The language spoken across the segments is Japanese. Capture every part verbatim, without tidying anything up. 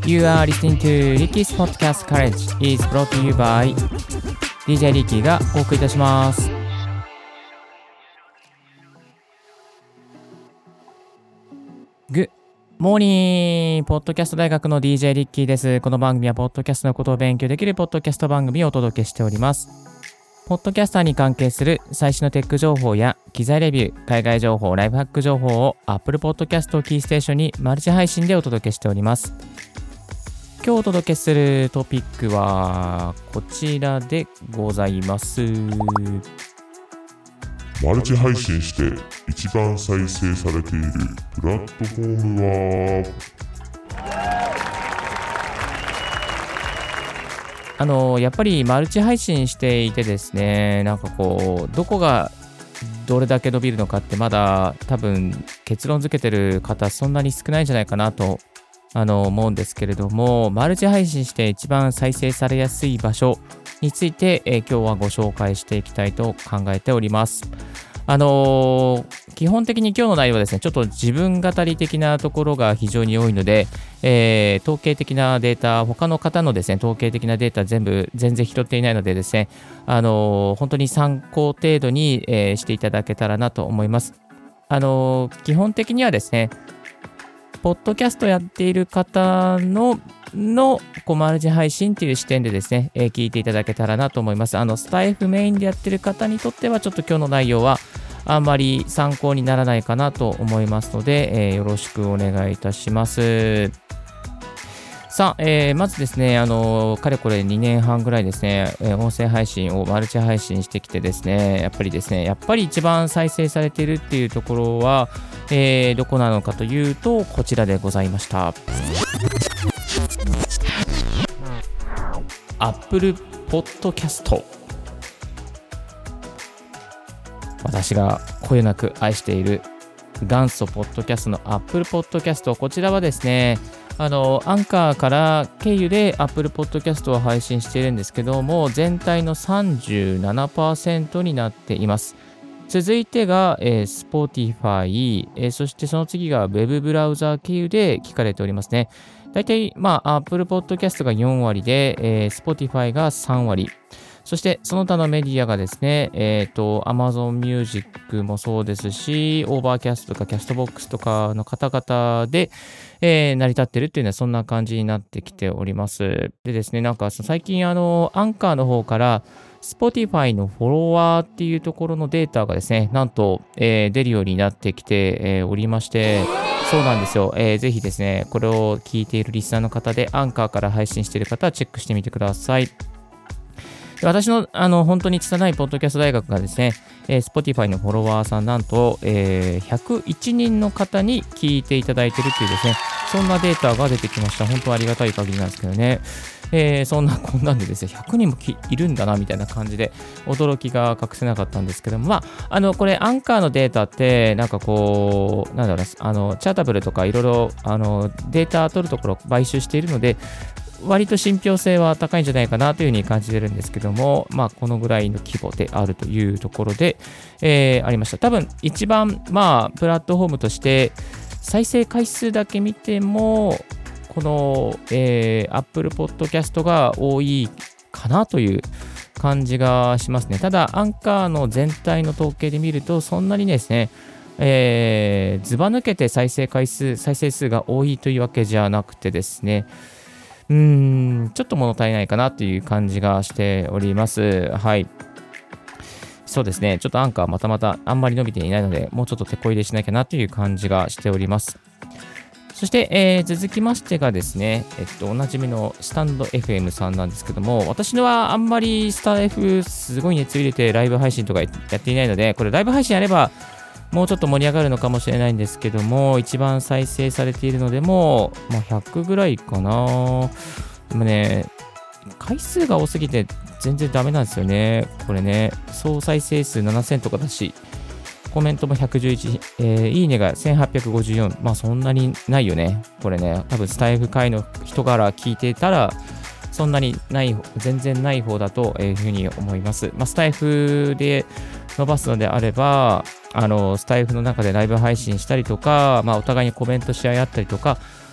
You are listening to Ricky's Podcast College is brought to you by ディージェー Ricky がお送りいたします。Good morning! ポッドキャスト大学の ディージェー Ricky です。この番組はポッドキャストのことを勉強できるポッドキャスト番組をお届けしております。ポッドキャスターに関係する最新のテック情報や機材レビュー、海外情報、ライフハック情報を Apple Podcast をキーステーションにマルチ配信でお届けしております。今日お届けするトピックはこちらでございます。 マルチ配信して一番再生されているプラットフォームはあのやっぱりマルチ配信していてですね、なんかこうどこがどれだけ伸びるのかってまだ多分結論付けてる方そんなに少ないんじゃないかなとあの思うんですけれども、マルチ配信して一番再生されやすい場所について、えー、今日はご紹介していきたいと考えております。あのー、基本的に今日の内容はですね、ちょっと自分語り的なところが非常に多いので、えー、統計的なデータ、他の方のですね、統計的なデータ全部全然拾っていないのでですね、あのー、本当に参考程度に、えー、していただけたらなと思います。あのー、基本的にはですね、ポッドキャストやっている方ののこうマルチ配信という視点でですね、えー、聞いていただけたらなと思います。あのスタイフメインでやっている方にとってはちょっと今日の内容はあんまり参考にならないかなと思いますので、えー、よろしくお願いいたします。さあ、えー、まずですね、あのかれこれにねんはんぐらいですね、えー、音声配信をマルチ配信してきてですね、やっぱりですね、やっぱり一番再生されているっていうところは、えー、どこなのかというと、こちらでございました。Apple Podcast。私がこよなく愛している元祖ポッドキャストの Apple Podcast。こちらはですね、あのアンカーから経由で Apple Podcast を配信しているんですけども、全体の さんじゅうななパーセント になっています。続いてが、えー、Spotify、えー、そしてその次が Web ブラウザー経由で聞かれておりますね。だいたい、まあ、Apple Podcast がよんわりで、えー、Spotify がさんわり。そしてその他のメディアがですね、えっと、Amazon Music もそうですし、Overcast とか Castbox とかの方々で、えー、成り立ってるっていうのはそんな感じになってきております。でですね、なんか最近あの、アンカーの方から Spotify のフォロワーっていうところのデータがですね、なんと、えー、出るようになってきて、えー、おりまして、そうなんですよ、えー。ぜひですね、これを聞いているリスナーの方で、アンカーから配信している方はチェックしてみてください。私の、あの本当に拙いポッドキャスト大学がですね、えー、Spotify のフォロワーさんなんと、えー、ひゃくいちにんの方に聞いていただいているというですね、そんなデータが出てきました。本当ありがたい限りなんですけどね。えー、そんなこんなんでですね、ひゃくにんもいるんだなみたいな感じで驚きが隠せなかったんですけども、まあ、あのこれアンカーのデータってなんかこうなんだろうな、あのチャータブルとかいろいろあのデータ取るところを買収しているので、割と信憑性は高いんじゃないかなというふうに感じてるんですけども、まあ、このぐらいの規模であるというところで、えー、ありました。多分一番、まあ、プラットフォームとして再生回数だけ見ても、この、えー、Apple Podcast が多いかなという感じがしますね。ただ、アンカーの全体の統計で見ると、そんなにですね、えー、ずば抜けて再生回数、再生数が多いというわけじゃなくてですね、うーん、ちょっと物足りないかなという感じがしております。はい。そうですね。ちょっとアンカーまたまたあんまり伸びていないので、もうちょっと手こ入れしなきゃなという感じがしております。そして、えー、続きましてがですね、えっと、おなじみのスタンド エフエム さんなんですけども、私のはあんまりスタ F すごい熱入れてライブ配信とかやっていないので、これライブ配信やればもうちょっと盛り上がるのかもしれないんですけども、一番再生されているのでも、まあ、ひゃくぐらいかな。でもね、回数が多すぎて全然ダメなんですよね。これね、総再生数ななせんとかだし、コメントもひゃくじゅういち、えー、いいねがせんはっぴゃくごじゅうよん。まあそんなにないよね。これね、多分スタイフ界の人から聞いてたら、そんなにない、全然ない方だというふうに思います。まあ、スタイフで伸ばすのであれば、あのスタイフの中でライブ配信したりとか、まあ、お互いにコメントし合いあったりとか、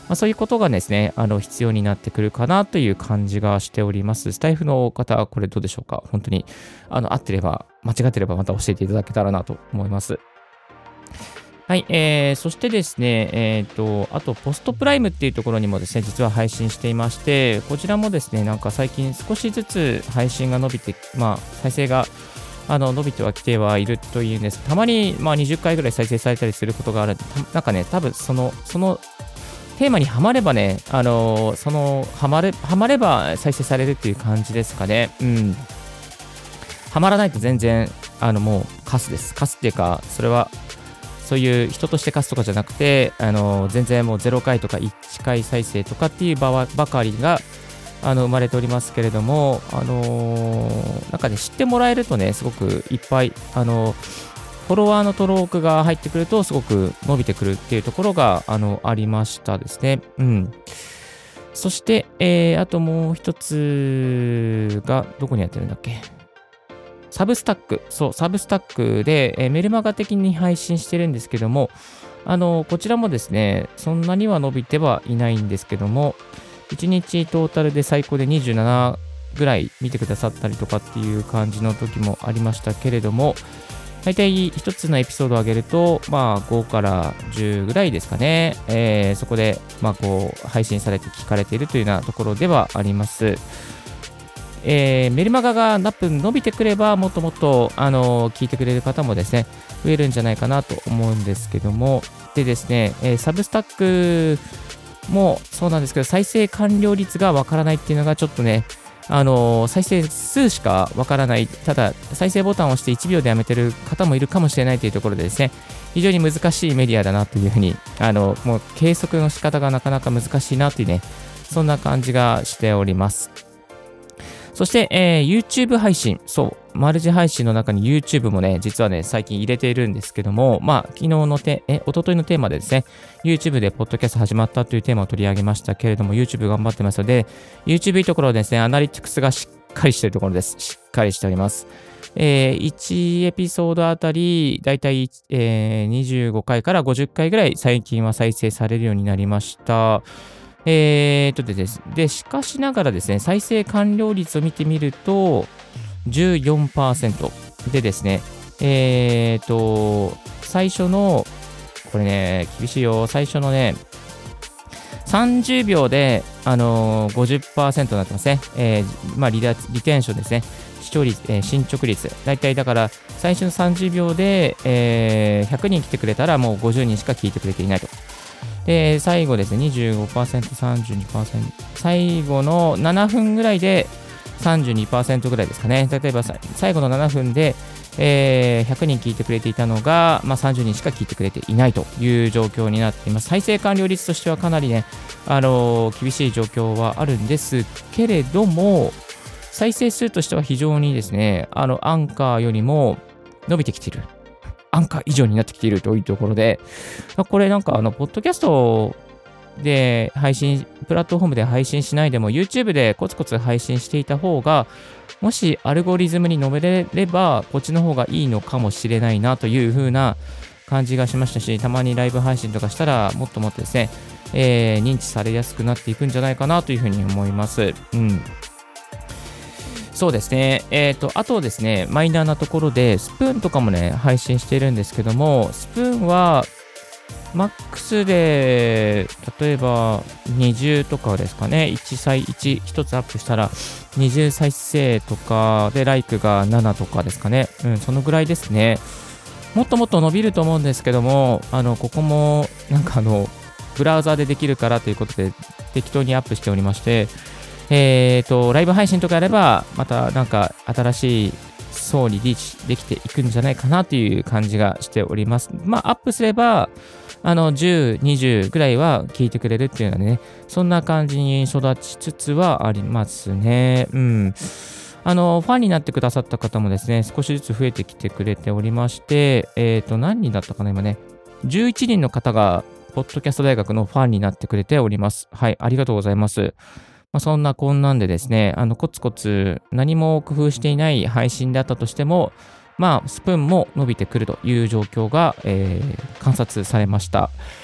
あ、そういうことがですね、あの必要になってくるかなという感じがしております。スタイフの方はこれどうでしょうか？本当にあの合ってれば、間違ってればまた教えていただけたらなと思います。はい、えー、そしてですね、えーと、あと、ポストプライムっていうところにもですね、実は配信していまして、こちらもですね、なんか最近少しずつ配信が伸びて、まあ、再生があの伸びてはきてはいるというんです。たまに、まあ、にじゅっかいぐらい再生されたりすることがある。なんかね、多分その、そのテーマにはまればね、あのーその、はまれ、はまれば再生されるっていう感じですかね。うん。はまらないと全然、あの、もう、カスです。カスっていうか、それは、そういう人としてカスとかじゃなくて、あの全然もうゼロかいとかいっかい再生とかっていう場はばかりがあの生まれておりますけれども、あのーなんかね、知ってもらえるとね、すごくいっぱい、あのフォロワーの登録が入ってくると、すごく伸びてくるっていうところがあのありましたですね。うん。そして、えーあともう一つが、どこにやってるんだっけ？サブスタック、そう、サブスタックで、えーメルマガ的に配信してるんですけども、あの、こちらもですね、そんなには伸びてはいないんですけども、いちにちトータルで最高でにじゅうななぐらい見てくださったりとかっていう感じの時もありましたけれども、大体ひとつのエピソードを上げると、まあごからじゅうぐらいですかね、えーそこで、まあこう、配信されて聞かれているというようなところではあります。えーメルマガが何分伸びてくれば、もっともっと、あの聞いてくれる方もですね、増えるんじゃないかなと思うんですけども、でですね、えーサブスタックもそうなんですけど、再生完了率がわからないっていうのがちょっとね、あの再生数しかわからない、ただ、再生ボタンを押していちびょうでやめてる方もいるかもしれないというところでですね、非常に難しいメディアだなというふうに、あのもう計測の仕方がなかなか難しいなというね、そんな感じがしております。そして、えー YouTube 配信。そう。マルチ配信の中に YouTube もね、実はね、最近入れているんですけども、まあ、昨日のて、え、一昨日のテーマでですね、YouTube でポッドキャスト始まったというテーマを取り上げましたけれども、YouTube 頑張ってますので、YouTube いいところですね、アナリティクスがしっかりしているところです。しっかりしております。えーいちエピソードあたり、だいたい、えーにじゅうごかいからごじゅっかいぐらい最近は再生されるようになりました。えーとでです。で、しかしながらですね、再生完了率を見てみると、じゅうよんパーセントでですね、えーと、最初の、これね、厳しいよ、最初のね、さんじゅうびょうで、あのー、ごじゅっパーセントになってますね。えー、まあリダ、リテンションですね。視聴率、えー進捗率。だいたいだから、最初のさんじゅうびょうで、えーひゃくにん来てくれたら、もうごじゅうにんしか聞いてくれていないと。で、最後ですね、にじゅうごパーセント、さんじゅうにパーセント、最後のななふんぐらいでさんじゅうにパーセントぐらいですかね。例えばさ最後のななふんで、えーひゃくにん聞いてくれていたのが、まあ、さんじゅうにんしか聞いてくれていないという状況になっています。再生完了率としてはかなりね、あのー厳しい状況はあるんですけれども、再生数としては非常にですね、あの、アンカーよりも伸びてきている。アンカー以上になってきているというところで、これなんかあの、ポッドキャストで配信、プラットフォームで配信しないでも YouTube でコツコツ配信していた方が、もしアルゴリズムに乗れれば、こっちの方がいいのかもしれないなという風な感じがしましたし、たまにライブ配信とかしたら、もっともっとですね、えー認知されやすくなっていくんじゃないかなというふうに思います。うん。そうですね。えっと、あとですね、マイナーなところで、スプーンとかもね、配信してるんですけども、スプーンは、マックスで、例えばにじゅうとかですかね、いち再、1、1つアップしたらにじゅう再生とかで、ライクがななとかですかね。うん、そのぐらいですね。もっともっと伸びると思うんですけども、あの、ここも、なんかあの、ブラウザーでできるからということで、適当にアップしておりまして、えーと、ライブ配信とかやれば、またなんか新しい層にリーチできていくんじゃないかなという感じがしております。まあ、アップすれば、あの、じゅう、にじゅうぐらいは聞いてくれるっていうのはね、そんな感じに育ちつつはありますね。うん。あの、ファンになってくださった方もですね、少しずつ増えてきてくれておりまして、えーと、何人だったかな、今ね。じゅういちにんの方が、ポッドキャスト大学のファンになってくれております。はい、ありがとうございます。まあ、そんなこんなんでですね、あのコツコツ何も工夫していない配信だったとしても、まあ、スプーンも伸びてくるという状況が、えー観察されました。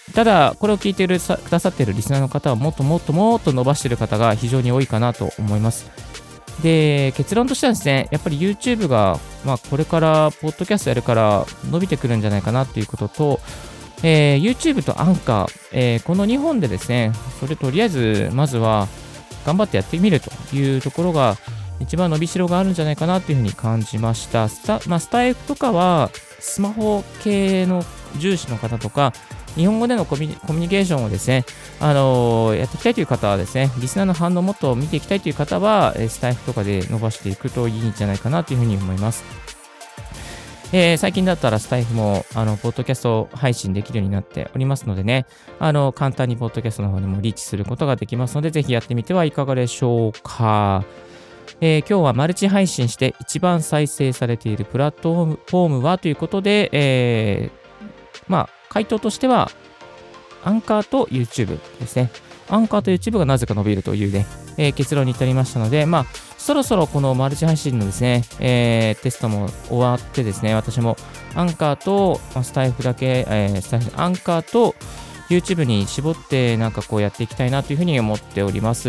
ただ、これを聞いているさくださっているリスナーの方は、もっともっともっと伸ばしている方が非常に多いかなと思います。で、結論としてはですね、やっぱり YouTube が、まあ、これからポッドキャストやるから伸びてくるんじゃないかなっていうことと、えー YouTube とアンカー、えーこのにほんでですね、それとりあえず、まずは頑張ってやってみるというところが、一番伸びしろがあるんじゃないかなというふうに感じました。スタ、まあ、スタイフとかは、スマホ系の重視の方とか、日本語でのコミュニ、コミュニケーションをですね、あのーやっていきたいという方はですね、リスナーの反応をもっと見ていきたいという方は、えースタイフとかで伸ばしていくといいんじゃないかなというふうに思います。えー最近だったらスタイフも、あの、ポッドキャスト配信できるようになっておりますのでね、あの、簡単にポッドキャストの方にもリーチすることができますので、ぜひやってみてはいかがでしょうか。えー今日はマルチ配信して一番再生されているプラットフォームフォームはということで、えーまあ、回答としては、アンカーと YouTube ですね。アンカーと YouTube がなぜか伸びるというね、えー結論に至りましたので、まあ、そろそろこのマルチ配信のですね、えーテストも終わってですね、私もアンカーと、まあスタイフだけ、えースタイフ、アンカーと YouTube に絞ってなんかこうやっていきたいなというふうに思っております。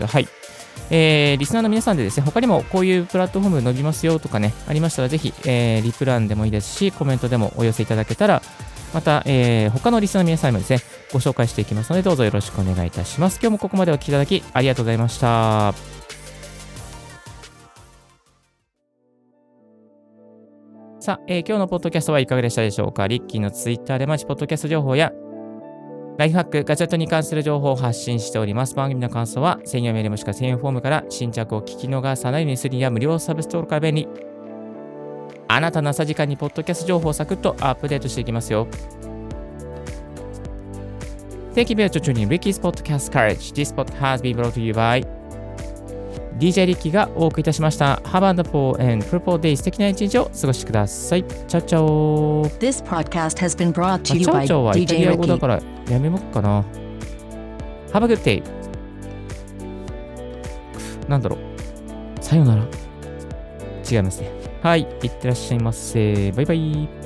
はい。えーリスナーの皆さんでですね、他にもこういうプラットフォーム伸びますよとかね、ありましたらぜひ、えーリプランでもいいですし、コメントでもお寄せいただけたら、また、えー他のリスナーの皆さんにもですね、ご紹介していきますので、どうぞよろしくお願いいたします。今日もここまでお聞きいただきありがとうございました。さあ、えー今日のポッドキャストはいかがでしたでしょうか。リッキーのツイッターで毎日ポッドキャスト情報やライフハック、ガジェットに関する情報を発信しております。番組の感想は専用メールもしくは専用フォームから新着を聞き逃さないようにするには無料サブストールから便利。あなたの朝時間にポッドキャスト情報をサクッとアップデートしていきますよ。Thank you very much for tuning Ricky's Podcast Courage. This pod has been brought to you by ディージェー リッキーがお送りいたしました。Have a wonderful and fruitful day. 素敵な一日を過ごしてください。チャオチャオ。 This podcast has been brought まあ to チ you ャオ by チャオはイタディージェーリア語だ Ricky. からやめもっかな。Have a good day. なんだろう。さようなら。違いますね。はい。いってらっしゃいませ。バイバイ。